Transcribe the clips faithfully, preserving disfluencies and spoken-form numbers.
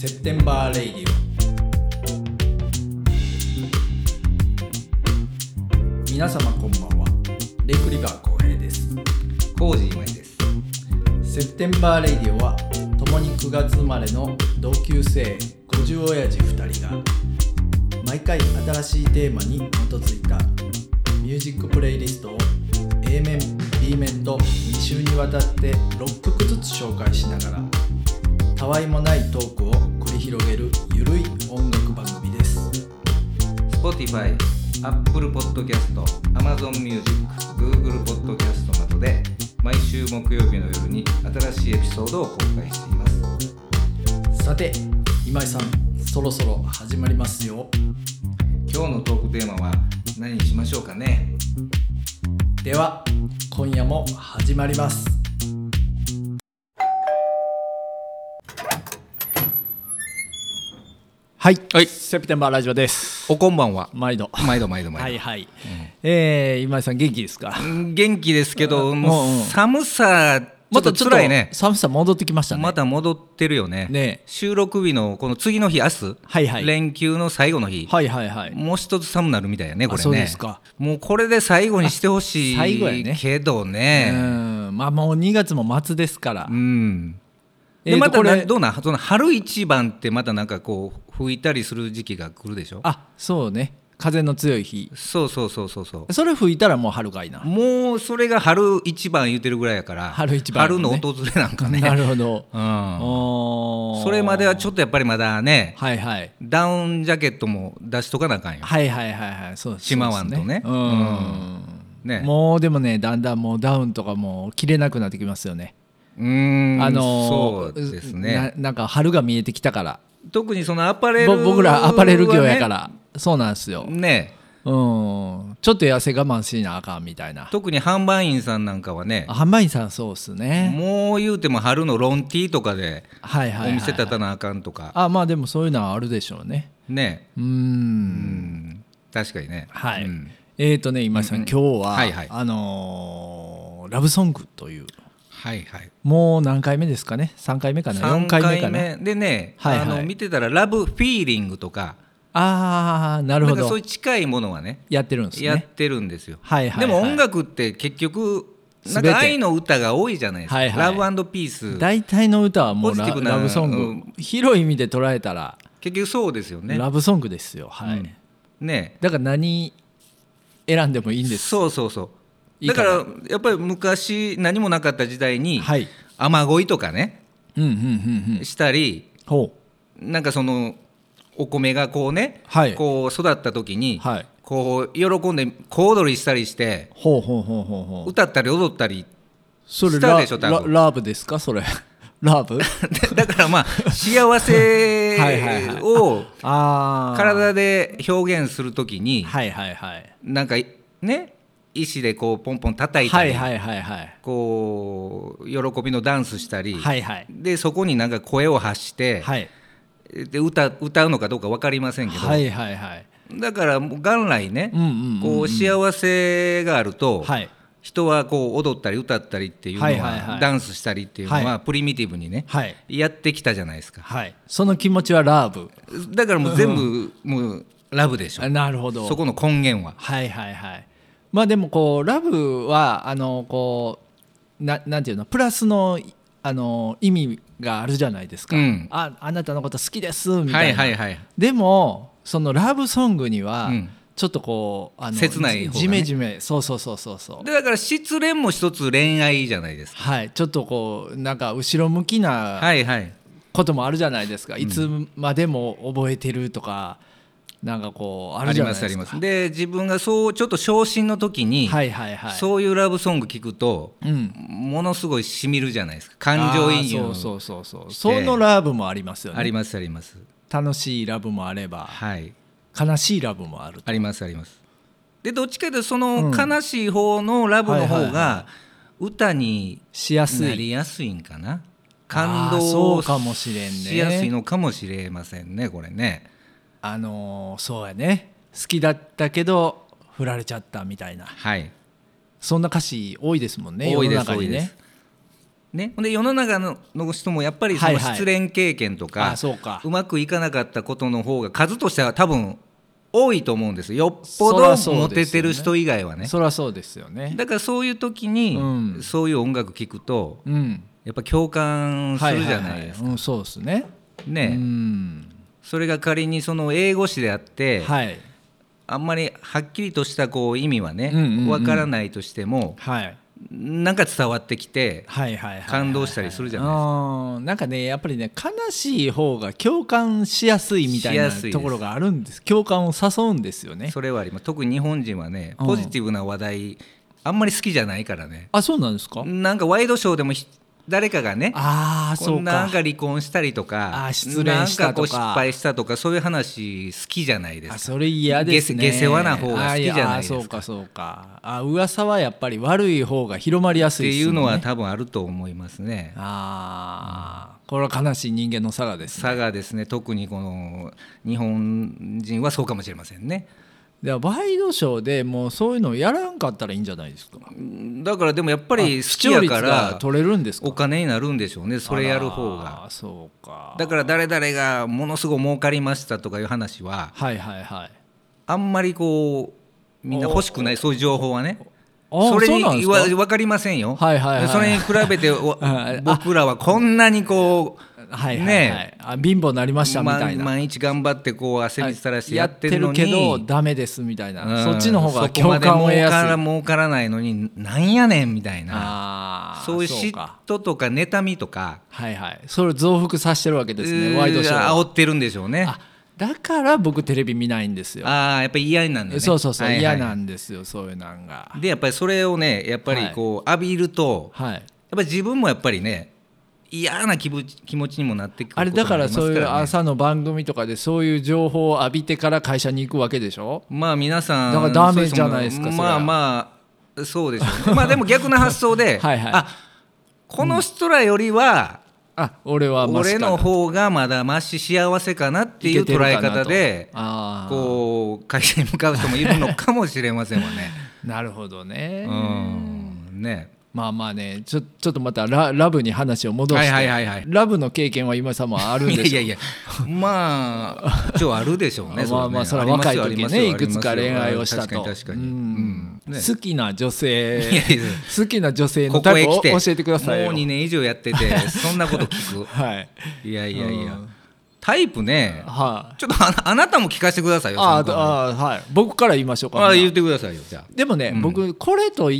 セプテンバーレイディオ。皆様こんばんは。レイクリバー浩平です。 コージーマイです。 セプテンバーレイディオは共にくがつ生まれの同級生ごじゅう親父ふたりが毎回新しいテーマに基づいたミュージックプレイリストを A 面 B 面とに週にわたってろっきょくずつ紹介しながらたわいもないトークを繰り広げるゆるい音楽番組です。 Spotify、Apple Podcast、Amazon Music、Google Podcast などで毎週木曜日の夜に新しいエピソードを公開しています。 さて今井さん、そろそろ始まりますよ。 今日のトークテーマは何にしましょうかね。 では今夜も始まります。はい、はい、セプテンバーラジオです。 おこんばんは。 毎度毎度毎度毎度はいはい、うんえー、今井さん元気ですか？ 元気ですけど、もう寒さちょっと辛いね。 寒さ戻ってきましたね。 また戻ってるよね。ね、収録日のこの次の日、明日、はいはい、連休の最後の日、はいはいはい、もう一つ寒なるみたいやねこれね。 そうですか。 もうこれで最後にしてほしい最後や、ね、けどね。 うん、まあもうにがつも末ですから。 うん。でまたどうなその春一番ってまたなんかこう吹いたりする時期が来るでしょ。 あ、そうね。風の強い日。 そうそうそうそうそう。 それ吹いたらもう春かいな。 もうそれが春一番言ってるぐらいやから。 春一番、ね、 春の訪れなんかね。 なるほど。 うん。おそれまではちょっとやっぱりまだね。はいはい。ダウンジャケットも出しとかなあかんよ。 はいはいはいはい。そうですね。 しまわんとね。 うん。うんね。もうでもね、だんだんもうダウンとかも着れなくなってきますよね。 うーん、 あのそうですね。 な, なんか春が見えてきたから。 特にそのアパレルは、ね、 僕らアパレル業やからそうなんですよ。 ね、うん、 ちょっと痩せ我慢しなあかんみたいな。 特に販売員さんなんかはね。 販売員さんそうっすね。 もう言うても春のロンティーとかでお店立たなあかんとか。 あ、まあでもそういうのはあるでしょうね。 ね、うーん、うん確かにね。 はい。 うん、 えーとね今井さん、うん、今日は、はいはい、あのー、ラブソングという。はいはい、もう何回目ですかね。さんかいめかな、よんかいめかな。 でね、はいはい、あの見てたらラブフィーリングとか、 ああなるほど、 なんかそういう近いものはねやってるんですね。 やってるんですよ、 はいはいはい、 でも音楽って結局なんか愛の歌が多いじゃないですか、はいはい、ラブ&ピース。大体の歌はもう ラ, ラブソング、うん、広い意味で捉えたら結局そうですよね。 ラブソングですよ、はい、うん、ね、だから何選んでもいいんです。 そうそうそう。だからやっぱり昔何もなかった時代に雨乞いとかね、うんうんうんうん、したり、ほうなんかそのお米がこうね、はい、こう育った時に、はい、こう喜んで小躍りしたりしてほうほうほうほうほう歌ったり踊ったりしたでしょ。多分 ラ, ラブですかそれラブだからまあ幸せを体で表現する時に、はいはいはい、なんかね石でこうポンポン叩いたり、はいはいはいはい、こう喜びのダンスしたり、はいはい、でそこになんか声を発して、はい、で 歌, 歌うのかどうか分かりませんけど、はいはいはい、だから元来ね、うんうんうんうん、こう幸せがあると、はい、人はこう踊ったり歌ったりっていうのは、はいはいはい、ダンスしたりっていうのは、はい、プリミティブにね、はい、やってきたじゃないですか、はい、 その気持ちはラブだからもう全部、うん、もうラブでしょ。 なるほど。 そこの根源は。 はいはいはい。まあでもこうラブはあのこう な, なんていうのプラスのあの意味があるじゃないですか、うん、あ, あなたのこと好きですみたいな、はいはいはい、でもそのラブソングには、うん、ちょっとこうあの切ない方がね、 ジメジメそうそうそうそうそうでだから失恋も一つ恋愛じゃないですか。 はい、ちょっとこうなんか後ろ向きなこともあるじゃないですか、はいはい、いつまでも覚えてるとか、なんかこうあるじゃないですか。 ありますあります。で自分がそうちょっと傷心の時に、はいはいはい、そういうラブソング聞くと、うん、ものすごいしみるじゃないですか。感情移入。 そうそうそうそう。そのラブもありますよね。 ありますあります。 楽しいラブもあれば、はい、悲しいラブもあると。 ありますあります。でどっちかというとその悲しい方のラブの方が歌になりやすいんかな。感動しやすいのかもしれませんねこれね。 あのー、そうやね、好きだったけど振られちゃったみたいな、はい、そんな歌詞多いですもんね。 多いです世の中にね。 ね、で世の中 の, の人もやっぱりその失恋経験とか、はいはい、 そうかうまくいかなかったことの方が数としては多分多いと思うんです。よっぽどモテてる人以外はね。 そりゃそうですよね。 だからそういう時に、うん、そういう音楽聴くと、うん、やっぱ共感するじゃないですか、はいはいはい、うん、 そうですね。 ね、うん、それが仮にその英語詞であって、はい、あんまりはっきりとしたこう意味はね、うんうんうん、分からないとしても、はい、なんか伝わってきて感動したりするじゃないですか。 なんかねやっぱりね悲しい方が共感しやすいみたいなところがあるんです。共感を誘うんですよね。 それはあります。特に日本人はねポジティブな話題あんまり好きじゃないからね。 あ、そうなんですか。 なんかワイドショーでも誰かがね、 あー、そうか、 なんか離婚したりとか、 あ、失恋したとか、 なんかこう失敗したとか、そういう話好きじゃないですか。 あ、それ嫌ですね。 下世話な方が好きじゃないですか。 あ、そうかそうか。あ、噂はやっぱり悪い方が広まりやすいですね。 っていうのは多分あると思いますね。 あ、うん、これは悲しい人間の差がですね。 差がですね、特にこの日本人はそうかもしれませんね。 ではワイドショーでもうそういうのをやらんかったらいいんじゃないですか。 だからでもやっぱり好きやから取れるんですか。 お金になるんでしょうね、それやる方が。 あ、そうか。 だから誰々がものすごい儲かりましたとかいう話は、 はいはいはい、あんまりこうみんな欲しくない、そういう情報はね。それに分かりませんよ、はいはいはい、それに比べて僕らはこんなにこうはいはいはい、ね、あ、貧乏になりましたみたいな、 毎日頑張ってこう汗水垂らしてやってるのに、 やってるけどダメですみたいな、うん、そっちの方が共感を得やすい。そこまで儲からないのになんやねんみたいな、あ、そういう嫉妬とか妬みとか、 はいはい、それを増幅させてるわけですね、ワイドショーは。 煽ってるんでしょうね。 あ、だから僕テレビ見ないんですよ。 ああ、やっぱり嫌なんだね。 そうそうそう、はいはい、嫌なんですよ、そういうなんが。 でやっぱりそれをねやっぱりこう浴びると、はい、やっぱり自分もやっぱりね嫌な気持ち、気持ちにもなってくることもありますからね。あれだからそういう朝の番組とかでそういう情報を浴びてから会社に行くわけでしょ。 まあ皆さんだからダメじゃないですか。 まあまあそうでしょうね。まあでも逆な発想ではい、はい、あ、この人らよりは、 うん、あ、俺はマシかな、 俺の方がまだマシ幸せかなっていう捉え方でこう会社に向かう人もいるのかもしれませんわね。 なるほどね。 うんね。 まあまあね、ちょ、ちょっとまた ラ, ラブに話を戻して、はいはいはいはい、ラブの経験は今さんもあるんでしょう。いやいやいや、 まあ一応あるでしょうね。 まあまあそれは若い時ね、いくつか恋愛をしたと。 確かに確かに、うん、 ね、好きな女性いやいや好きな女性のタイプを教えてくださいよ。 もうにねん以上やっててそんなこと聞く、はい、いやいやいや、うん、タイプね、はい、ちょっと あ, あなたも聞かせてくださいよ。 ああ、はい、僕から言いましょうか。 あ、言ってくださいよ。じゃあでもね、うん、僕これといって、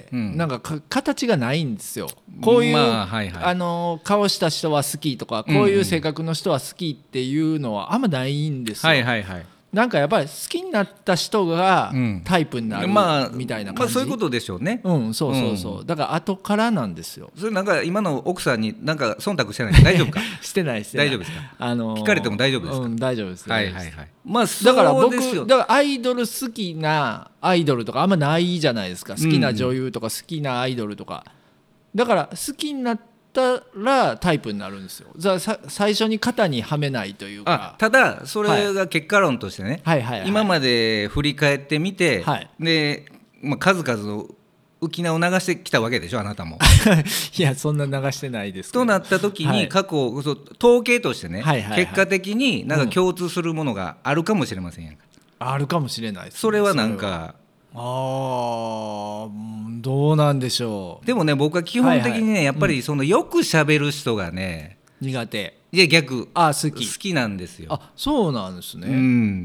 うん、なんかか形がないんですよ。こういう、まあはいはい、あの顔した人は好きとか、こういう性格の人は好きっていうのはあんまないんですよ、はいはいはい、なんかやっぱり好きになった人がタイプになる、うん、まあ、みたいな感じ、まあ、 そういうことでしょうね。 うん、そうそうそう、うん、だから後からなんですよ。 それなんか今の奥さんになんか忖度してない大丈夫か。 してないしてない。 大丈夫ですか、あのー、聞かれても大丈夫ですか。 うん、大丈夫です。 はいはいはい。まあだから僕だからアイドル好きなアイドルとかあんまないじゃないですか。好きな女優とか好きなアイドルとか、だから好きになったらタイプになるんですよ。さ最初に型にはめないというか。 あ、ただそれが結果論としてね、はいはいはいはい、今まで振り返ってみて、はい、で、まあ、数々の浮き名を流してきたわけでしょ、あなたも。 いや、そんな流してないですけど。 となった時に過去、はい、統計としてね、はいはいはい、結果的になんか共通するものがあるかもしれませんやんか、 うん、あるかもしれないですね。 それはなんか、 あ、どうなんでしょう。 でもね、僕は基本的にね、はいはい、やっぱりそのよく喋る人がね、 うん、苦手。 いや逆、 あ、好き。 好きなんですよ。 あ、そうなんですね、 うん、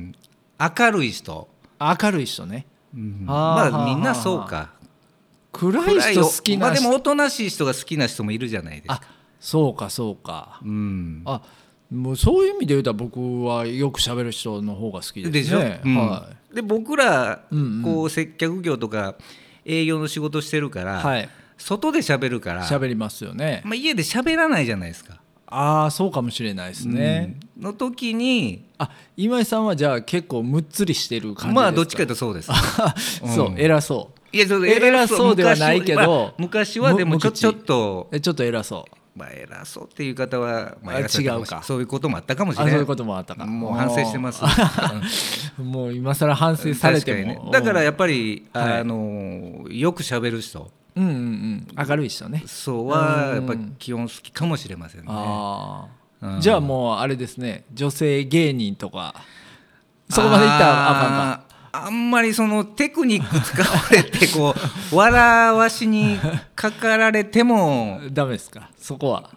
明るい人。 明るい人ね、 うん、まあみんなそうか。 暗い人好きな人、 まあ、でもおとなしい人が好きな人もいるじゃないですか。 あ、そうかそうか、 うん、 あ、もうそういう意味で言うと僕はよく喋る人の方が好きですね。でしょ、うん、 はい、で僕らこう接客業とか営業の仕事してるから、はい、外で喋るから喋りますよね、 まあ、家で喋らないじゃないですか。 ああ、そうかもしれないですね、 うん、の時に、 あ、今井さんはじゃあ結構むっつりしてる感じですか。 まあどっちかというとそうです、 うん、そう、偉そう。いや、 ちょっと偉そうではないけど、まあ、 昔はでもちょ、ちょっとちょっと偉そう、 まあ、偉そうっていう方は、まあ、 違うか、 そういうこともあったかもしれない。 あ、そういうこともあったか。 もう反省してます。 もう今更反省されても、 ね、だからやっぱり、はい、あのよく喋る人、 うんうんうん、明るい人ね。 そうはやっぱ基本好きかもしれませんね。 あ、うん、じゃあもうあれですね、女性芸人とかそこまでいったらあかんか。 あんまりそのテクニック使われてこう笑わしにかかられてもダメですか、そこは。 うん、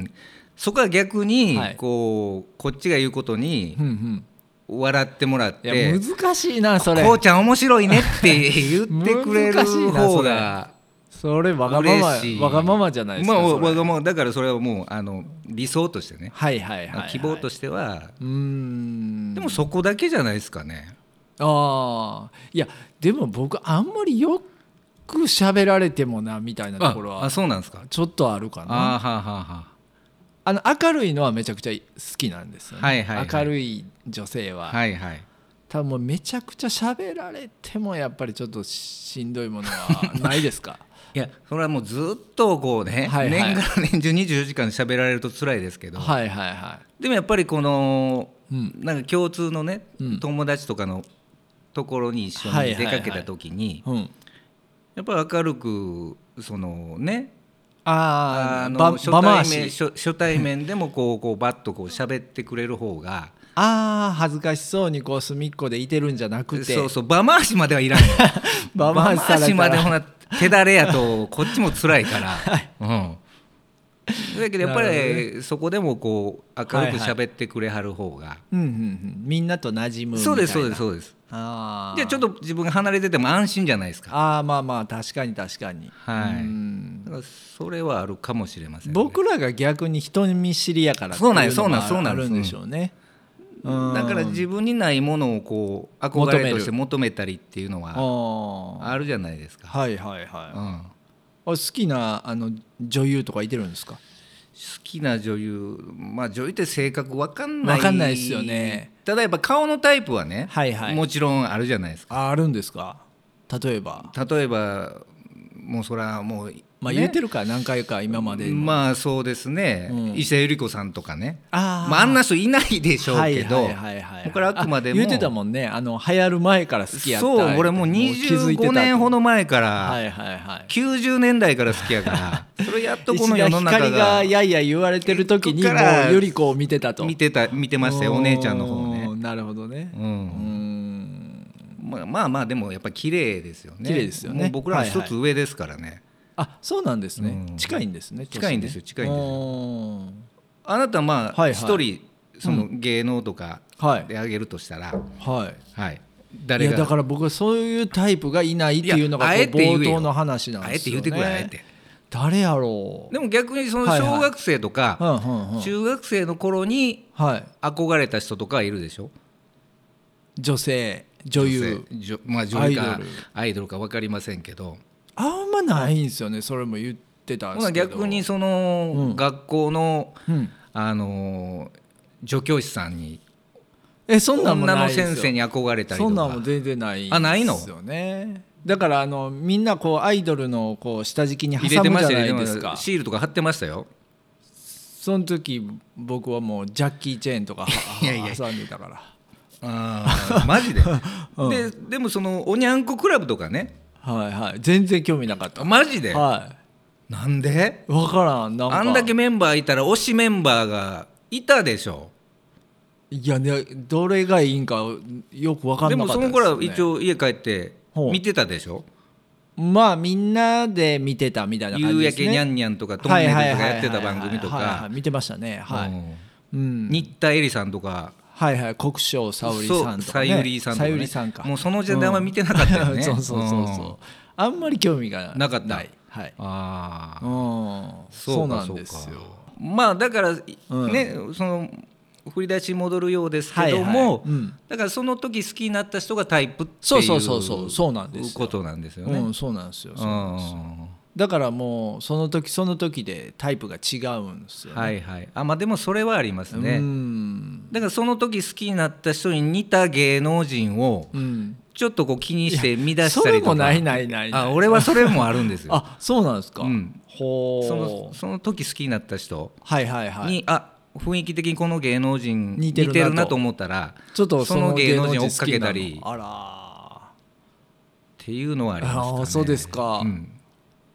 そこは逆にこう、はい、こっちが言うことに笑ってもらって、 いや難しいなそれ。 こうちゃん面白いねって言ってくれる方がそれわがままわがままじゃないですか。 まあ、わがままだからそれはもうあの理想としてね、 はいはいはいはい、 希望としては。 うーん、 でもそこだけじゃないですかね。 ああ、いやでも僕あんまりよく喋られてもなみたいなところはあ, あそうなんですか、 ちょっとあるかな。あはははあの明るいのはめちゃくちゃ好きなんですよね、 はいはいはい、 明るい女性は、 はいはい、 多分もうめちゃくちゃ喋られてもやっぱりちょっとしんどいものはないですか。 いやそれはもうずっとこうね、はいはい、年がら年中にじゅうよじかん喋られると辛いですけど、 はいはいはい、 でもやっぱりこの、うん、なんか共通のね、うん、友達とかのところに一緒に出かけた時に、はいはいはい、うん、やっぱり明るくそのね、 ああの初対面、初、初対面でもこうこうバッとこう喋ってくれる方があ恥ずかしそうにこう隅っこでいてるんじゃなくて、 そうそう、場回しまではいらない。場回しまでほな手だれやとこっちも辛いから、はい、うん、だけどやっぱり、ね、そこでもこう明るく喋ってくれはる方が、はいはい、 うんうんうん、みんなと馴染むみたいな。そうですそうですそうです。あじゃあちょっと自分が離れてても安心じゃないですか。 ああまあまあ確かに確かに、 はい、うん、だからそれはあるかもしれませんね。 僕らが逆に人見知りやからっていうのがあるんでしょうね。 だから自分にないものをこう憧れとして求めたりっていうのはあるじゃないですか。 はいはいはい、うん、好きなあの女優とかいてるんですか。 好きな女優、まあ女優って性格分かんない、 分かんないですよね。 ただやっぱ顔のタイプはね、 はいはい、 もちろんあるじゃないですか。 あ、あるんですか。例えば例えばもうそれはもう、ね、 まあ、言えてるか何回か今までも。 まあそうですね、うん、石田ゆり子さんとかね、 あ、 まあ、あんな人いないでしょうけど、これあくまでも言ってたもんね、あの流行る前から好きやった。 そう、俺もうにじゅうごねんほど前から、はいはいはい、きゅうじゅうねんだいから好きやからそれやっとこの世の中が石田ひかりがやいや言われてる時にもうゆり子を見てたと。 見てた見てましたよ、お姉ちゃんの方ね。 なるほどね、うん、うん、 まあ、まあまあでもやっぱり綺麗ですよね。 綺麗ですよね。 もう僕ら一つ上ですからね、はいはい、 あ、そうなんですね、うん、近いんですね。 近いんですよ近いんですよ。あなたまあ一、はいはい、人その芸能とかであげるとしたら、はい、はい、誰が。 いやだから僕はそういうタイプがいないっていうのが冒頭の話なんですよね。 あえて言ってくれ、あえて。 誰やろう。 でも逆にその小学生とか中学生の頃に憧れた人とかいるでしょ。 女性女優、 女、まあ、女優かアイドルか分かりませんけど、 あんまないんですよね。それも言ってたんですけど、 逆にその、うん、学校の、うん、あの助教師さんにえそんなんもないですよ。 女の先生に憧れたりとか。 そんなんも全然ないんですよね。あ、ないの。だからあのみんなこうアイドルのこう下敷きに挟むじゃないですか。 シールとか貼ってましたよ。 その時僕はもうジャッキー・チェーンとかいやいや挟んでたから。 あマジで、うん、ででもそのおにゃんこクラブとかね、 はいはい、全然興味なかった。 マジで、 はい、 なんで分からん。なんかあんだけメンバーいたら推しメンバーがいたでしょ。 いやね、どれがいいんかよく分かんなかったですね。でもその頃は一応家帰って見てたでしょ。 まあみんなで見てたみたいな感じですね。 夕焼けにゃんにゃんとかトンネルとかやってた番組とか見てましたね、はい、 うん、新田恵里さんとか、 はいはい、国生沙織さんとかね、 さゆりさんとかね、 さんか、 もうその時代は見てなかったよね、うん、 そうそうそうそう、うん、あんまり興味がなかった。 はい、ああ、 うん、そうなんですよ。 まあだからね、うん、その振り出し戻るようですけども、はいはい、うん、だからその時好きになった人がタイプっていうそうそうそうそうそうなんですよことなんですよね、うん、そうなんですよ、そうなんですよ。だからもうその時その時でタイプが違うんですよね。 はいはい、あ、まあでもそれはありますね。うん、だからその時好きになった人に似た芸能人をちょっとこう気にして見出したりとか。それもないないないない。 あ、俺はそれもあるんですよ。 あ、そうなんですか、うん、 ほう、その、その時好きになった人に、 はいはいはい、 あ、雰囲気的にこの芸能人似てる な, 似てるなと思ったらちょっとその芸能人を追っかけたり、あらっていうのはありますかね。 あ、そうですか、うん、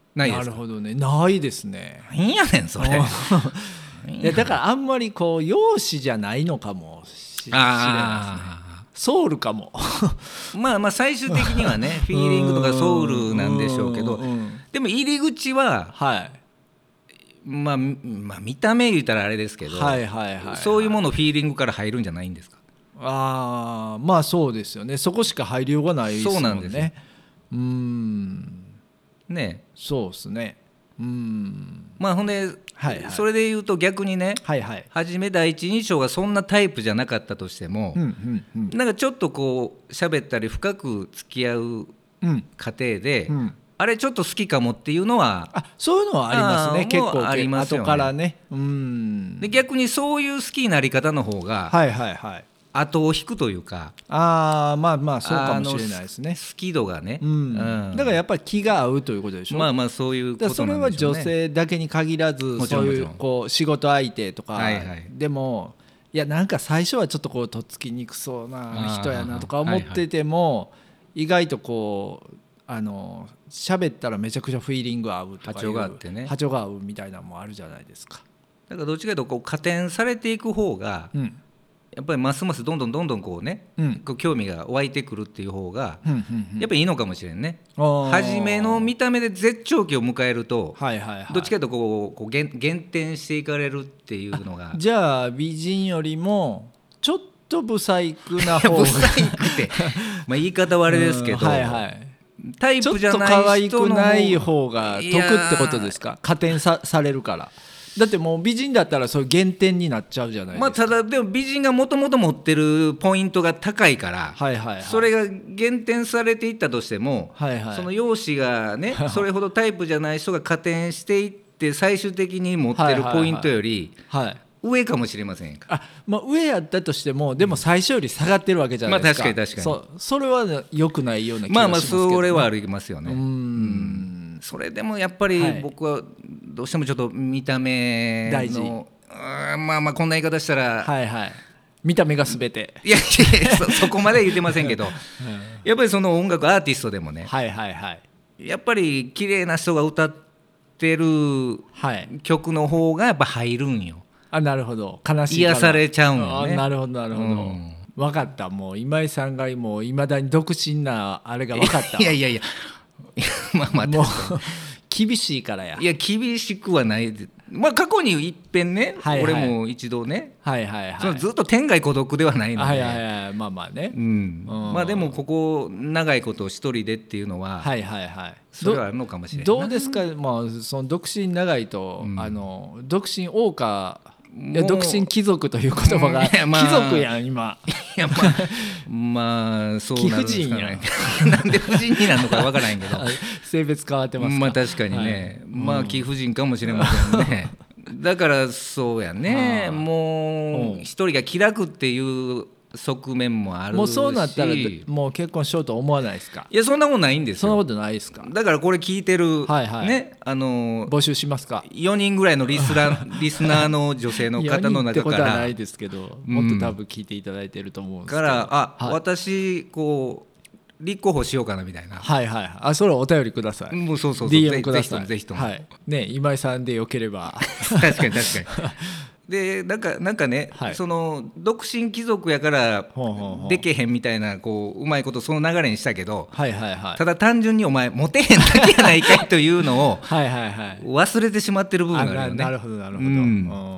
ないですか？ なるほどね、ないですね。 何やねんそれいやだからあんまりこう容姿じゃないのかもしれないですね。ソウルかもまあまあ最終的にはねフィーリングとかソウルなんでしょうけど、でも入り口は、はい、まあ、まあ見た目言ったらあれですけど、はいはいはいはい、そういうものフィーリングから入るんじゃないんですか？ ああまあそうですよね。そこしか入りようがないですもんね。そうなんですよ。うーんねそうですね。うーんまあほんで、はいはい、それで言うと逆にね、はいはい、初め第一印象がそんなタイプじゃなかったとしても、うんうんうん、なんかちょっとこう喋ったり深く付き合う過程で、うんうん、あれちょっと好きかもっていうのはあそういうのはありますね。結構ありますよね。後からね。 うんで逆にそういう好きになり方の方が、はいはいはい、後を引くというか、 あまあまあそうかもしれないですね。 好き度がね、うんうん、だからやっぱり気が合うということでしょ。 まあまあそういうことなんでしょうね。 それは女性だけに限らずそういうこう仕事相手とか、はいはい、でもいやなんか最初はちょっとこうとっつきにくそうな人やなとか思ってても、はいはい、意外とこうあの喋ったらめちゃくちゃフィーリング合うとかいう波長があってね、 波長が合うみたいなのもあるじゃないですか。 だからどっちかというとこう加点されていく方が、うんやっぱりますますどんどんどんどんこうね、うん、こう興味が湧いてくるっていう方が、うんうんうん、やっぱりいいのかもしれんね。初めの見た目で絶頂期を迎えると、はいはいはい、どっちかというとこうこう 減, 減点していかれるっていうのが。 じゃあ美人よりもちょっとブサイクな方がブサイクってまあ言い方はあれですけど、はいはい、タイプじゃない人のちょっと可愛くない方が得ってことですか？加点 さ, されるからだってもう美人だったらそういう減点になっちゃうじゃないですか。 まあ、ただでも美人がもともと持ってるポイントが高いから、はいはいはい、それが減点されていったとしても、はいはい、その容姿がねそれほどタイプじゃない人が加点していって最終的に持ってるポイントより上かもしれませんか。 あ、まあ、上やったとしてもでも最初より下がってるわけじゃないですか、 まあ、確かに確かに そ, それは良くないような気がしますけど、ね、 まあまあそれはありますよね。うーんそれでもやっぱり僕はどうしてもちょっと見た目の大事。まあまあこんな言い方したら、はいはい、 見た目が全ていやいや そ, そこまで言ってませんけど、うん、やっぱりその音楽アーティストでもね、はいはいはい、やっぱり綺麗な人が歌ってる曲の方がやっぱ入るんよ。 あなるほど。悲しい癒されちゃうんよね。 なるほどなるほど、うん、分かった。もう今井さんがもういまだに独身なあれが分かった。 いやいやいやまあまあもう厳しいからや。 いや厳しくはないで、まあ過去にいっぺんね、はいはい、俺も一度ね、はいはいはい、そのずっと天涯孤独ではないので、はいはいはい、まあまあね、うん、まあでもここ長いこと一人でっていうのは、はいはいはい、それはあるのかもしれない。 どうですか、まあ、その独身長いと、うん、あの独身謳歌いや独身貴族という言葉が、うんまあ、貴族やん今。いやまあまあそうなるんですかね。なんで婦人になるのかわからないけど性別変わってますか。 まあ確かにね、はい、まあ貴婦人かもしれませんね。だからそうやね、もう一人が気楽っていう側面もあるし、 もうそうなったらもう結婚しようと思わないですか。 いやそんなことないんですよ。 そんなことないですか。 だからこれ聞いてる、はいはい、ね、あの募集しますか。 よにんぐらいのリスナーリスナーの女性の方の中からよにんってことはないですけど、もっと多分聞いていただいてると思うんですけど、 からあ、はい、私こう立候補しようかなみたいな。 はいはい。あそれお便りください。 もうそうそうそう。 ディーエム ください。 ぜひとも。 はい。ね今井さんでよければ。 確かに確かに。でなんかなんかね、はい、その独身貴族やからでけへんみたいなこううまいことその流れにしたけど、はいはいはい、ただ単純にお前モテへんだけやないかいというのを忘れてしまってる部分があるよね。 なるほどなるほど、うん、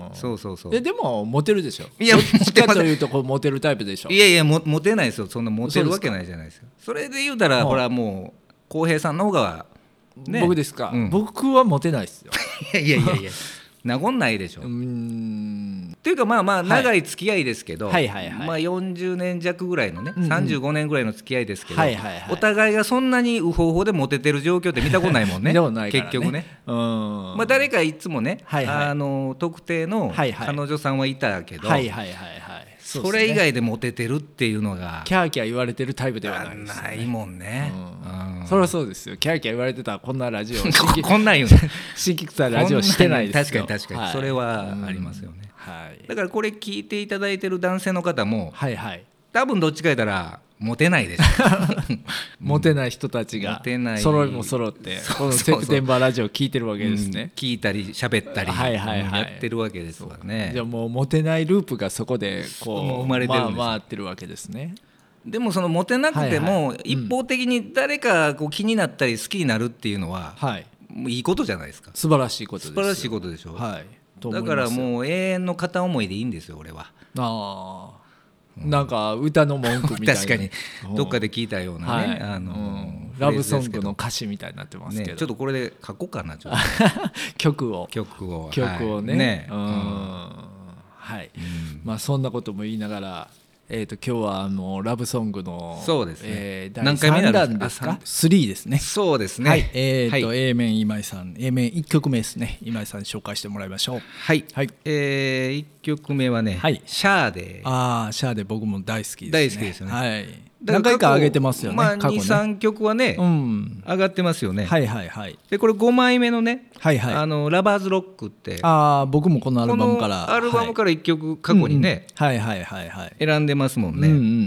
そうそうそう。 えでもモテるでしょ。いやどっちかというとこうモテるタイプでしょ。 いやいやもモテないですよ。そんなモテるわけないじゃないですか。それで言うたらほらもう浩平さんの方が、 ね、僕ですか、うん、僕はモテないですよ。 いやいやいやいやなごんないでしょ。うーんっていうかまあまあ長い付き合いですけど、はいはいはいはい、まあ、よんじゅうねん弱ぐらいのね、うんうん、さんじゅうごねんぐらいの付き合いですけど、はいはいはい、お互いがそんなにウホウホでモテてる状況って見たことないもんね。ね結局ね、うん、まあ、誰かいつもね、はいはい、あの特定の彼女さんはいたけど、はいはいはいはい、それ以外でモテてるっていうのがキャーキャー言われてるタイプではないですね。 ないもんね、 うんうん、そりゃそうですよ。キャーキャー言われてたらこんなラジオこんなん言うね新規臭いラジオしてないですよ。 確かに確かに、はい、それはありますよね、うん、はい、だからこれ聞いていただいてる男性の方も、はいはい、多分どっちか言ったらモテないでしょモテない人たちが揃いも揃ってこのセプテンバーラジオ聞いてるわけですね、うん、 聞いたり喋ったりはいはい、はい、やってるわけですわね。 じゃあもうモテないループがそこでこう生まれてるんです、 まあ、回ってるわけですね。 でもそのモテなくても、はいはい、一方的に誰かこう気になったり好きになるっていうのは、はい、もういいことじゃないですか。 素晴らしいことですよ。 素晴らしいことでしょ、 はい、 だからもう永遠の片思いでいいんですよ俺は。 ああ、なんか歌の文句みたいな確かにどっかで聞いたようなね、はい、あの、うん、 ラブソングの歌詞みたいになってますけど、 ね、ちょっとこれで書こうかなちょっと曲を曲を曲をね、 はい、ね、 うん、はい、うん、まあそんなことも言いながら、えー、と今日はあのラブソングのそうですね、 えー、だいさんだんですかスリーですね。 そうですね、 はい、えーとはい、A 面今井さん A 面いっきょくめですね。今井さんに紹介してもらいましょう。 はい、はい、えー、いっきょくめはね、はい、シャーデ。 ああシャーデ僕も大好きですね。 大好きですよね、 はい、何回か上げてますよね。 まあ、にさんきょくはね、うん、上がってますよね。 はいはいはい。 でこれごまいめのね、 はいはい、 あのラバーズロックって、 あ僕もこのアルバムからこのアルバムからいっきょく過去にね、 はいはいはいはい、 選んでますもんね。うんうんうんうんうん。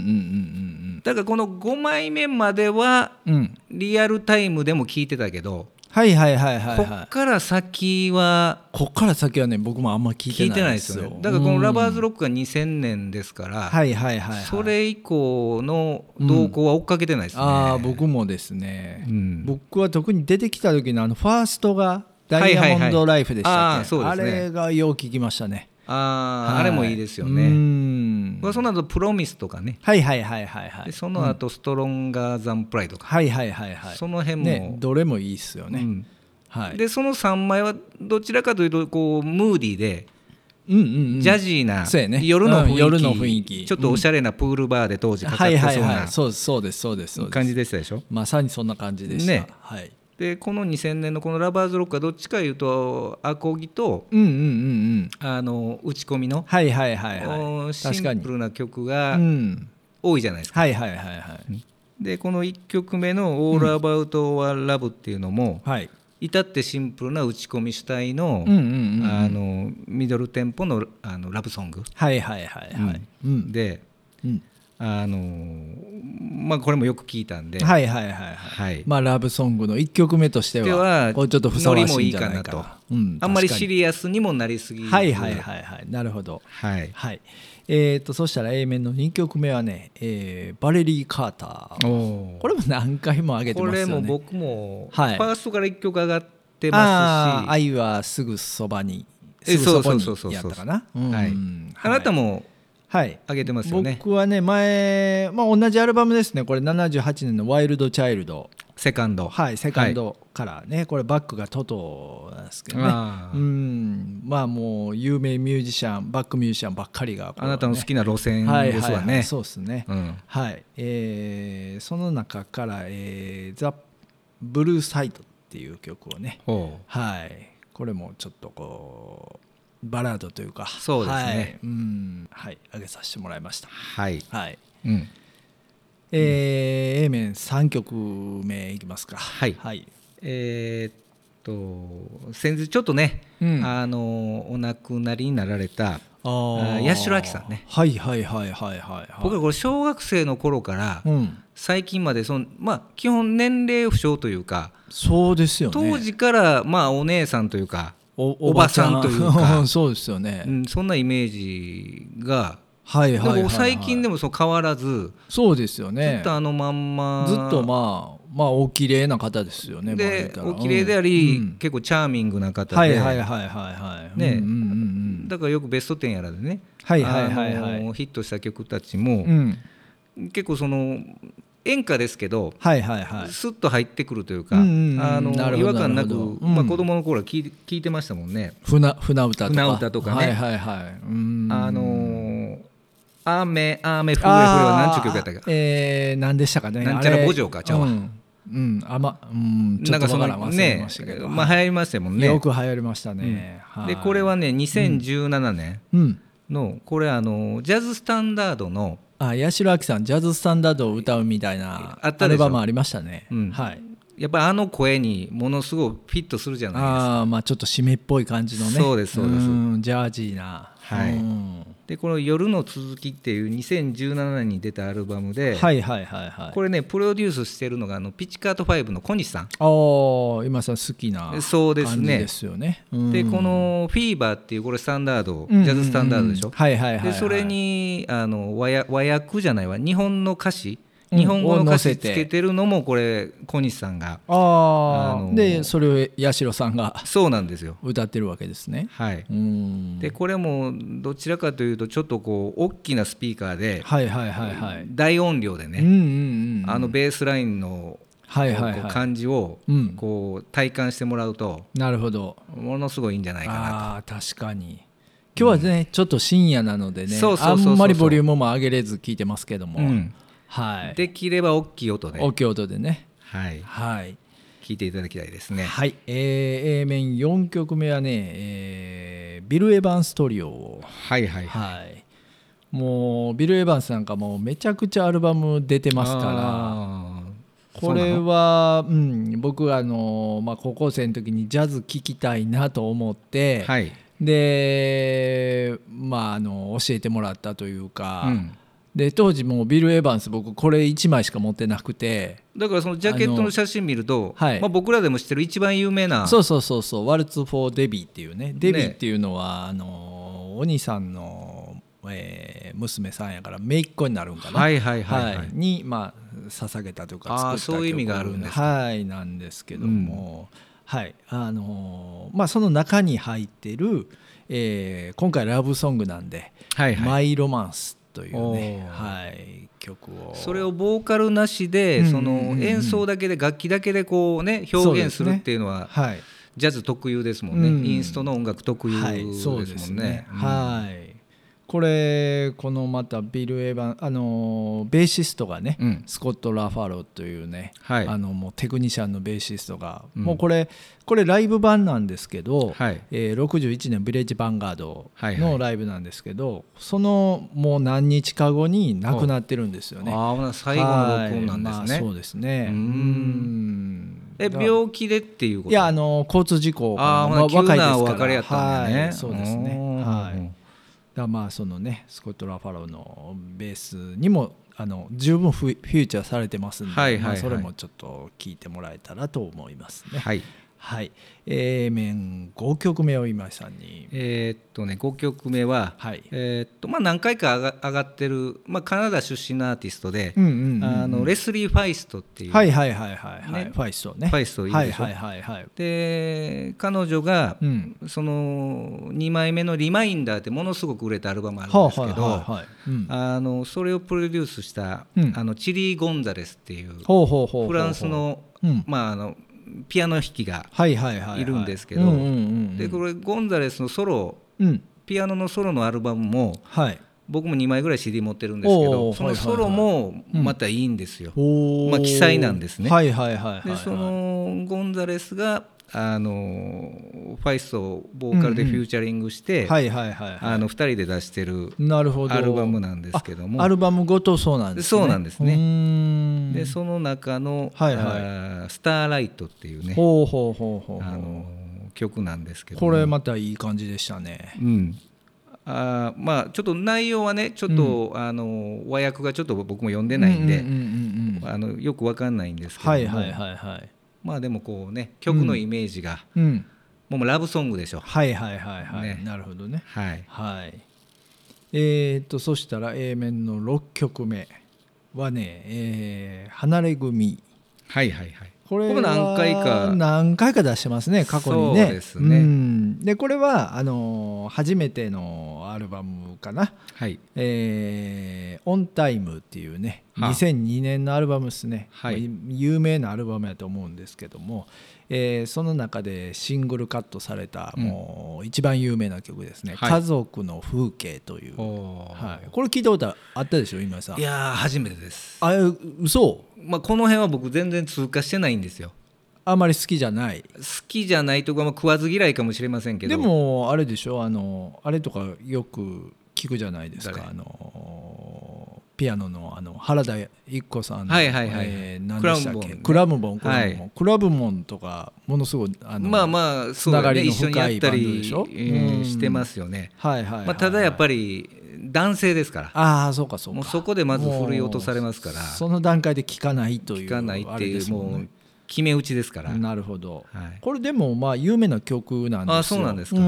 だからこのごまいめまではリアルタイムでも聴いてたけど、 はいはいはいはい、はい、 こっから先はこっから先はね僕もあんま聞いてないですよ。 聞いてないですよね。だからこのラバーズロックがにせんねんですから、 はいはいはいはい、 それ以降の動向は追っかけてないですね、うん、 あ僕もですね、うん、僕は特に出てきた時のあのファーストがダイヤモンドライフでしたっけ、はいはいはい、あ, あれがよう聞きましたね。 あ、はい、あれもいいですよね。うん、その後プロミスとかね、 はいはいはいはい、はい、 でその後ストロンガーザンプライドとか、 はいはいはいはい、 その辺も、 ね、どれもいいっすよね、うんはい、でそのさんまいはどちらかというとこうムーディーで、 うんうんうん、 ジャジーな、 ね、 夜の雰囲気、 うん、夜の雰囲気ちょっとおしゃれなプールバーで当時かかってそうな感じでしたでしょ。 まさにそんな感じでした、ね、はい、 でこのにせんねんのこのラバーズロックはどっちかいうとアコギと、うんうんうんうん、あの打ち込みの、 はいはいはいはい、 シンプルな曲が多いじゃないですか、 うん、はいはいはいはい。 でこのいっきょくめの All About Our Love っていうのも、うん、はい、至ってシンプルな打ち込み主体 の、うんうんうんうん、あのミドルテンポ の, あのラブソング、 はいはいはいはい、 うん、で、うん、あのまあこれもよく聞いたんで、 はいはいはいはい、はい、まあラブソングのいっきょくめとしてはこれちょっとふさわしいんじゃないかなと、 うん、あんまりシリアスにもなりすぎず、 はいはいはいはい、なるほど、はいはい、えー、とそしたら A 面のにきょくめはね、えー、バレリー・カーター、これも何回も上げてますよね。 これも僕もファーストからいっきょく上がってますし、 愛はすぐそばに、すぐそこにやったかな。 あなたも上げてますよね。 僕はね前、まあ、同じアルバムですね。これななじゅうはちねんのワイルドチャイルドセカンド、 はいセカンドからね、はい、これバックがトトなんですけどね、あうん、まあもう有名ミュージシャンバックミュージシャンばっかりが、ね、 あなたの好きな路線ですわね、はいはいはい、 そうですね、うんはいえー、その中から、えー、ザ・ブルーサイドっていう曲をね、はい、これもちょっとこうバラードというか、 そうですね、 はいうんはい、上げさせてもらいました。 はい、 はいうんえー、A 面さんきょくめいきますか。 はい、はい、えー、っと先日ちょっとね、うん、あのお亡くなりになられた八代亜紀さんね、 はいはいはいはいはい、 僕はこれ小学生の頃から、うん、最近までその、まあ、基本年齢不詳というか、 そうですよね、 当時から、まあ、お姉さんというか お, おばさんというかそうですよね、 うん、そんなイメージがはいはいはいはい、 でも最近でもそう変わらず、 そうですよね、 ずっとあのまんま、 ずっとまあまあお綺麗な方ですよね。 でお綺麗であり、うん、結構チャーミングな方で、 はいはいはいはいはいね、うんうんうん、 だからよくベストテンやらでね、 はいはいはいはい、 ヒットした曲たちも、うん、結構その演歌ですけど、はいはいはい、スッと入ってくるというか、うんうん、あの違和感なく、うんまあ、子供の頃は聞い、聞いてましたもんね。 船、船歌とか、 船歌とかね、 はいはいはい、うんあの雨雨降れ降れは何ちゅう曲やったか、 えー、何でしたかね、 なんちゃら墓場かちゃうわ、 うんうん、あまうん、ちょっとわからん忘れましたけど、 ね、まあ流行りましたもんね。 よく流行りましたね、 うんはい、でこれはねにせんじゅうななねんの、うん、これあのジャズスタンダードのあ八代亜紀さんジャズスタンダードを歌うみたいなアルバムありましたね、うんはい、 やっぱりあの声にものすごくフィットするじゃないですか。 あ、まあ、ちょっと締めっぽい感じのね、 そうですそうです、 うんジャージーな、 はい、 うんでこの夜の続きっていうにせんじゅうななねんに出たアルバムで、 はいはいはいはい、 これねプロデュースしてるのがあのピチカートファイブの小西さん。 ああ今さん好きな感じですよね。 でこのフィーバーっていうこれスタンダード、ジャズスタンダードでしょ。 はいはいはい、はい、 でそれにあの和訳、和訳じゃないわ日本の歌詞、日本語の歌詞つけてるのもこれ小西さんが、 ああのでそれを八代さんがそうなんですよ歌ってるわけですね。 はい、うんでこれもどちらかというとちょっとこう大きなスピーカーで、はいはいはいはい、大音量でね、うんうんうんうん、あのベースラインのはいはいはい、感じをこう体感してもらうと、 なるほどものすごいいいんじゃないかなと。 あ確かに今日はね、うん、ちょっと深夜なのでね、そうそうそうそう、あんまりボリュームも上げれず聞いてますけども、うんはい、 できれば大きい音で大きい音でね、 はいはい、聞いていただきたいですね。 はい、えー、A 面よんきょくめはね、えー、ビル・エヴァンストリオを、 はいはいはい、はい、 もうビル・エヴァンスなんかもうめちゃくちゃアルバム出てますから、これは、うん、僕はあの、まあ、高校生の時にジャズ聴きたいなと思って、はい、で、まあ、あの教えてもらったというか、うんで当時もうビル・エヴァンス僕これいちまいしか持ってなくて、 だからそのジャケットの写真見ると、はいまあ、僕らでも知ってる一番有名なそうそうそうそうワルツ・フォー・デビーっていうね、デビーっていうのはあのお兄さんの、えー、娘さんやから姪っ子になるんかな、はいはいはいはい、はい、に、まあ、捧げたというか作った曲、あそういう意味があるんですか、 はいなんですけども、うんはいあのーまあ、その中に入ってる、えー、今回ラブソングなんで、はいはい、マイ・ロマンスというね、はい、曲をそれをボーカルなしで、うんうんうんうん、その演奏だけで楽器だけでこう、ね、表現するっていうのは、はい、ジャズ特有ですもんね、うん、インストの音楽特有ですもんね、はい、そうですね、 うん、はいこれこのまたビル・エヴァンあのベーシストがね、うん、スコット・ラファローというね、はい、あのもうテクニシャンのベーシストが、うん、もうこれこれライブ版なんですけど、はいえー、ろくじゅういちねんビレッジ・ヴァンガードのライブなんですけど、はいはい、そのもう何日か後に亡くなってるんですよね。 あ最後の録音なんですね、はいまあ、 そうですね。うんえ病気でっていうこと？ いやあの交通事故あ、まあ、若いですからお別れやったんだね、 はい、そうですね、はいだまあそのねスコット・ラファローのベースにもあの十分フューチャーされてますんで、はいはいはいまあ、それもちょっと聞いてもらえたらと思いますね。はい、はい、A 面ごきょくめを今井さんにえー、っとねごきょくめは、はいえー、っとまあ何回か上が、上がってる、まあ、カナダ出身のアーティストで、うんうんうんうん、あのレスリー・ファイストっていうはいはいはいはい、ね、ファイストねファイストいいでしょ、 はいはいはいはい、 で彼女が、うん、そのにまいめのリマインダーってものすごく売れたアルバムあるんですけど、はいはいはいうん、あのそれをプロデュースした、うん、あのチリー・ゴンザレスっていうフランスの、うんまあ、あのピアノ弾きがいるんですけどでこれゴンザレスのソロ、うん、ピアノのソロのアルバムも、はい、僕もにまいぐらい シーディー 持ってるんですけどそのソロもまたいいんですよ、うんまあ、奇才なんですね。はいはいはいはい、でそのゴンザレスがあのファイストをボーカルでフューチャリングしてふたりで出してるアルバムなんですけどもアルバムごとそうなんですね。 そうなんですね。でその中の、はいはい、スターライトっていうねほうほうほうほうあの曲なんですけどこれまたいい感じでしたね。 うんあまあ、ちょっと内容はねちょっと、うん、あの和訳がちょっと僕も読んでないんでよく分かんないんですけども、はいはいはいはい、まあでもこうね曲のイメージが、うん、もうラブソングでしょ。 はいはいはいはい、ね、なるほどね。はい、はい、えー、っとそしたら A 面のろっきょくめはね、えー、離れ組。 はいはいはい。 これは何回か何回か出してますね過去にね。そうですね、うん、でこれはあの初めてのアルバムかな、はいえー、オンタイムっていうねにせんにねんのアルバムですね、はい、有名なアルバムやと思うんですけども、えー、その中でシングルカットされたもう一番有名な曲ですね、はい、家族の風景という、はい、これ聞いたことあったでしょ今井さん。 いや初めてです。 あ嘘、 まあ、この辺は僕全然通過してないんですよ。 あんまり好きじゃない。 好きじゃないとか、まあ、食わず嫌いかもしれませんけどでもあれでしょあのあれとかよく聞くじゃないですかあのピアノ の, あの原田一子さんの、はいはいはい、えー、何でしたっけクラブモン、クラブモン、はい、クラブモンとかものすごいあのまあまあつながりの深いバンドでしょ、 一緒にやったり、えー、してますよね、はいはいはいはい、まあ、ただやっぱり男性ですから。 ああそうかそうか。 もうそこでまず振り落とされますから。 その段階で聞かないという、 聞かないっていうもう決め打ちですから。 なるほど、 はい、 これでもまあ有名な曲なんですよ。 あそうなんですか。 うん、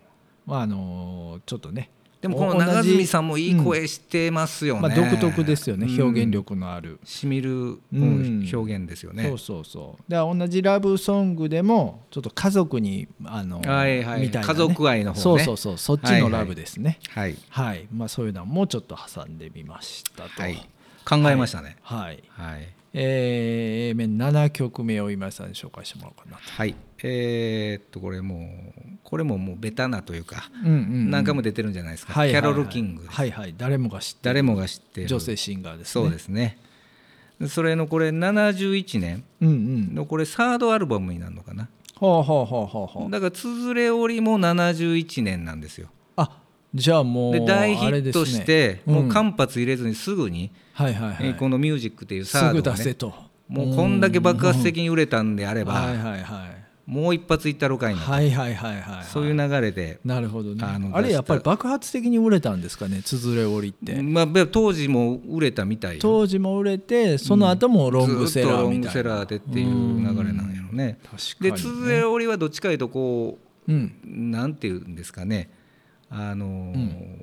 まああのちょっとね、 でもこの長住さんもいい声してますよね、 うんまあ、独特ですよね、表現力のあるしみる表現ですよね、 うん、そうそうそうで同じラブソングでもちょっと家族にあの、 はいはい、みたいな、ね、家族愛の方ね、 そうそうそう、そっちのラブですね、 はいはい、はい、まあ、そういうのもちょっと挟んでみましたと、 はい、考えましたね、 はいはい、 えー、A 面ななきょくめを今井さんに紹介してもらおうかなと。 はい、えー、っとこれもうこれももうベタなというか、 うんうんうん、 何回も出てるんじゃないですか、 はいはいはい、 キャロル・キングです。 はいはい、誰もが知ってる誰もが知ってる女性シンガーですね。 そうですね。それのこれななじゅういちねんのこれサードアルバムになるのかな。 ほうほうほうほうほう。 だからつづれおりもななじゅういちねんなんですよ。 あ、じゃあもうで大ヒットして、 ね、うん、 もう間髪入れずにすぐに、 はいはいはい、 このミュージックっていうサードが、ね、 すぐ出せと、 もうこんだけ爆発的に売れたんであれば、 はいはいはい、 もう一発いったろかいなと、 はいはいはいはい、 そういう流れで。 なるほどね。あ, あれやっぱり爆発的に売れたんですかね、つづれおりって、 まあ、当時も売れたみたいよ。 当時も売れてその後もロングセラーみたいな、 ずっとロングセラーでっていう流れなんやろね。確かにね。でつづれおりはどっちかというとこう、うん、なんていうんですかね、あのーうん、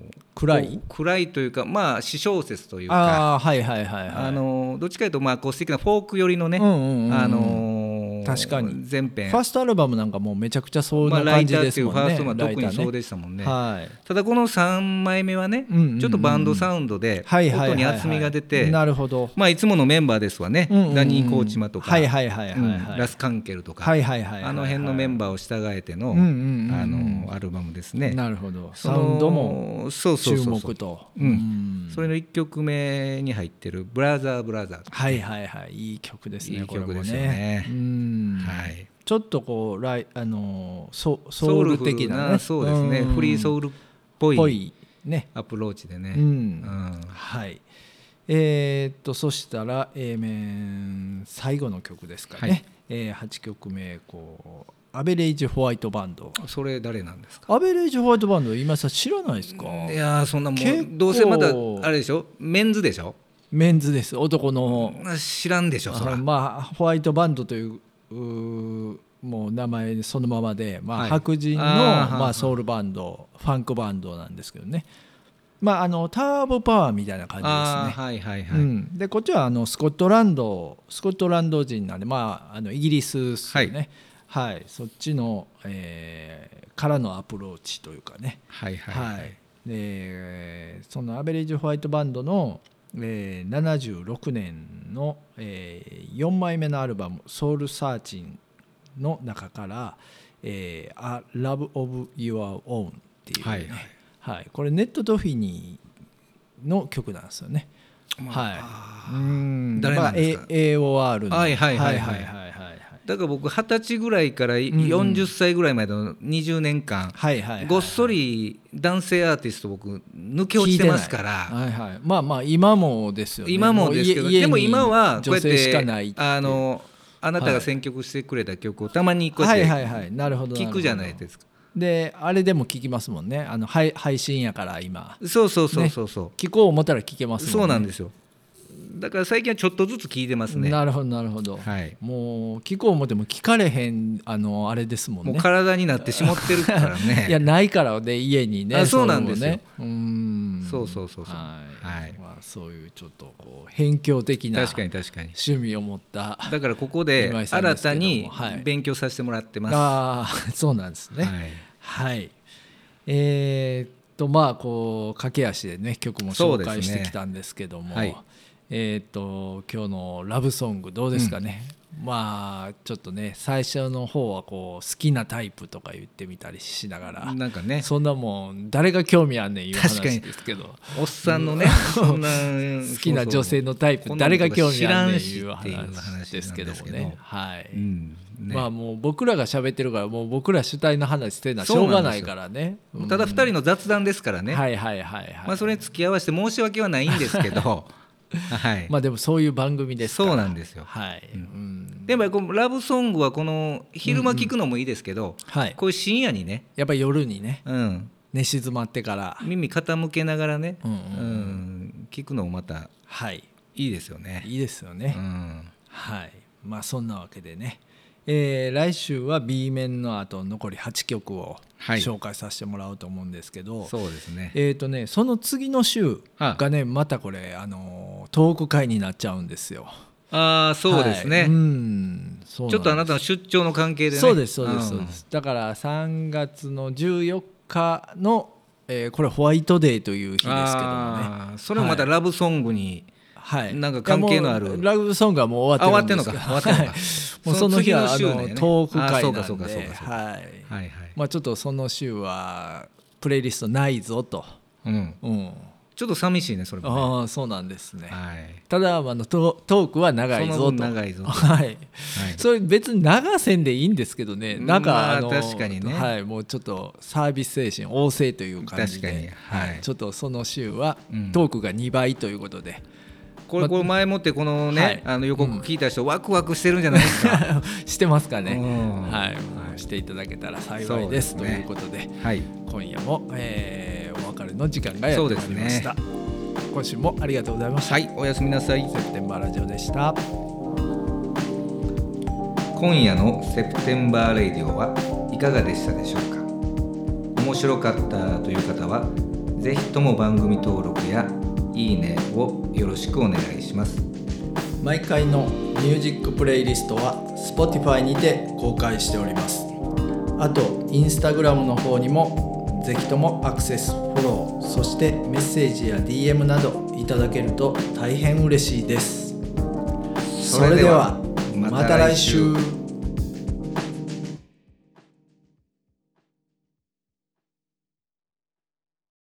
暗い暗いというか、まあ私小説というか、 あ、はいはいはいはい、 あのー、どっちかというとまあアコースティックなフォーク寄りのね、うんうんうん、あのー確かに全編ファーストアルバムなんかもうめちゃくちゃそんな感じですもんね、 まあ、ライターっていうファーストも特にそうでしたもんね、 はい、 ただこのさんまいめはね、うんうんうん、ちょっとバンドサウンドで音に厚みが出て、 なるほど、 まあ、いつものメンバーですわね、うんうんうん、ダニー・コーチマとか、 はいはいはいはいはい、 ラス・カンケルとか、 はいはいはいはいはい、 あの辺のメンバーを従えての、うんうんうんうん、あのアルバムですね。 なるほど、サウンドも注目と、 うん、それのいっきょくめに入ってるブラザーブラザー、ね、 はいはいはい、いい曲ですね。 いい曲ですよね。 これもね、うん、はい、ちょっとこうライあの ソ, ソウル的な、ね、 そうですね、フリーソウルっぽい、 いね、 アプローチでね、 うんうん、はい、えー、っとそしたら A 面最後の曲ですかね、はい、えー、はちきょくめこうアベレージホワイトバンド。 それ誰なんですか？ アベレージホワイトバンド今さ知らないですか？ いやそんなもうどうせまたあれでしょ、メンズでしょ。 メンズです、男の。 知らんでしょそら。 まあホワイトバンドといううもう名前そのままで、まあ、はい、白人のまあ、ソウルバンド、ファンクバンドなんですけどね、まあ、あのターボパワーみたいな感じですね。 あ、はいはいはい、 うん、でこっちはあのスコットランドスコットランド人なんで、まあ、あのイギリスですよね、はいはい、そっちの、えー、からのアプローチというかね、 はいはいはい、はい、 でそのアベレージホワイトバンドの、えー、ななじゅうろくねんの、えー、よんまいめのアルバムソウルサーチンの中から「えー、A Love of Your Own」っていうね、はいはいはい、これネット・ドフィニーの曲なんですよね、まあ、はい、うん、誰なんですか？まあ、エーオーアール の、 はいはいはいはいはい、だから僕はたちぐらいからよんじゅっさいぐらいまでのにじゅうねんかん、はいはいはいはい、ごっそり男性アーティスト僕抜け落ちてますから、 はいはい、まあまあ今もですよね。 今もですけど、でも今はこうやってあのあなたが選曲してくれた曲をたまにこうやって聞くじゃないですか。 であれでも聞きますもんね、あの配信やから今。 そうそうそうそうそう、 ね、聞こう思ったら聞けますもんね。 そうなんですよ。だから最近はちょっとずつ聞いてますね。 なるほどなるほど、はい、もう聞こう思っても聞かれへんあのあれですもんね。 もう体になってしまってるからねいやないからね家にね。 あそうなんですよ、 ね、うーんそうそうそうそう、 はいはい、まあ、そういうちょっとこう辺境的な確かに確かに趣味を持っただからここで新たに勉強させてもらってます、 はい、あそうなんですね、はいはい、えー、っとまあこう駆け足でね曲も紹介してきたんですけども、はい、えー、っと今日のラブソングどうですかね、うん、まあちょっとね最初の方はこう好きなタイプとか言ってみたりしながらなんかねそんなもん誰が興味あんねんいう話ですけどおっさんのねそんな好きな女性のタイプ誰が興味あんねんいう話ですけどもね、はい、うんね、まあもう僕らが喋ってるからもう僕ら主体の話してるのはしょうがないからね、 うん、ただふたりの雑談ですからね、 はいはいはいはい、 まあ、それに付き合わせて申し訳はないんですけどはい、 まあでもそういう番組ですからそうなんですよ、 はいうん、 でもこのラブソングはこの昼間聞くのもいいですけど、うんうん、はい、こういう深夜にねやっぱり夜にね、 うん、 寝静まってから耳傾けながらね、うんうんうん、聞くのもまたいいですよね、 はい、いいですよね、うん、はい。まあそんなわけでね、えー、来週は B 面の後残りはちきょくを紹介させてもらおうと思うんですけど、はい、 そうですね、 えーとねその次の週がねまたこれあのトーク会になっちゃうんですよ。 ああそうですね、はい、うんそうちょっとあなたの出張の関係でね。 そうですそうですそうです、うん、だからさんがつのじゅうよっかの、えー、これホワイトデーという日ですけどもね、 あそれもまたラブソングに、はい、なんか関係のあるラブソングはもう終わってるんですけど、 終わってんのかもうその日はあの、 ね、 トーク会なんで、まあちょっとその週はプレイリストないぞと、うんうん、 ちょっと寂しいねそれもね。 ああそうなんですね、はい、ただあの ト, トークは長いぞと、その分長いぞと、はいはい、それ別に長せんでいいんですけどね、なんか、まあ、あの確かにね、 はい、もうちょっとサービス精神旺盛という感じで、確かに、はいはい、ちょっとその週はトークがにばいということで、 これこれ前もってこのね、はい、あの予告聞いた人、うん、ワクワクしてるんじゃないですかしてますかね、はい、していただけたら幸いです、ね、ということで、はい、今夜も、えー、お別れの時間がやってまいりました。今週もありがとうございました。 はい、おやすみなさい。 セプテンバーラジオでした。 今夜のセプテンバーレイディオはいかがでしたでしょうか。面白かったという方はぜひとも番組登録やいいねをよろしくお願いします。 毎回のミュージックプレイリストは Spotify にて公開しております。あと Instagram の方にもぜひともアクセス、フォロー、そしてメッセージや ディーエム などいただけると大変嬉しいです。それではまた来週。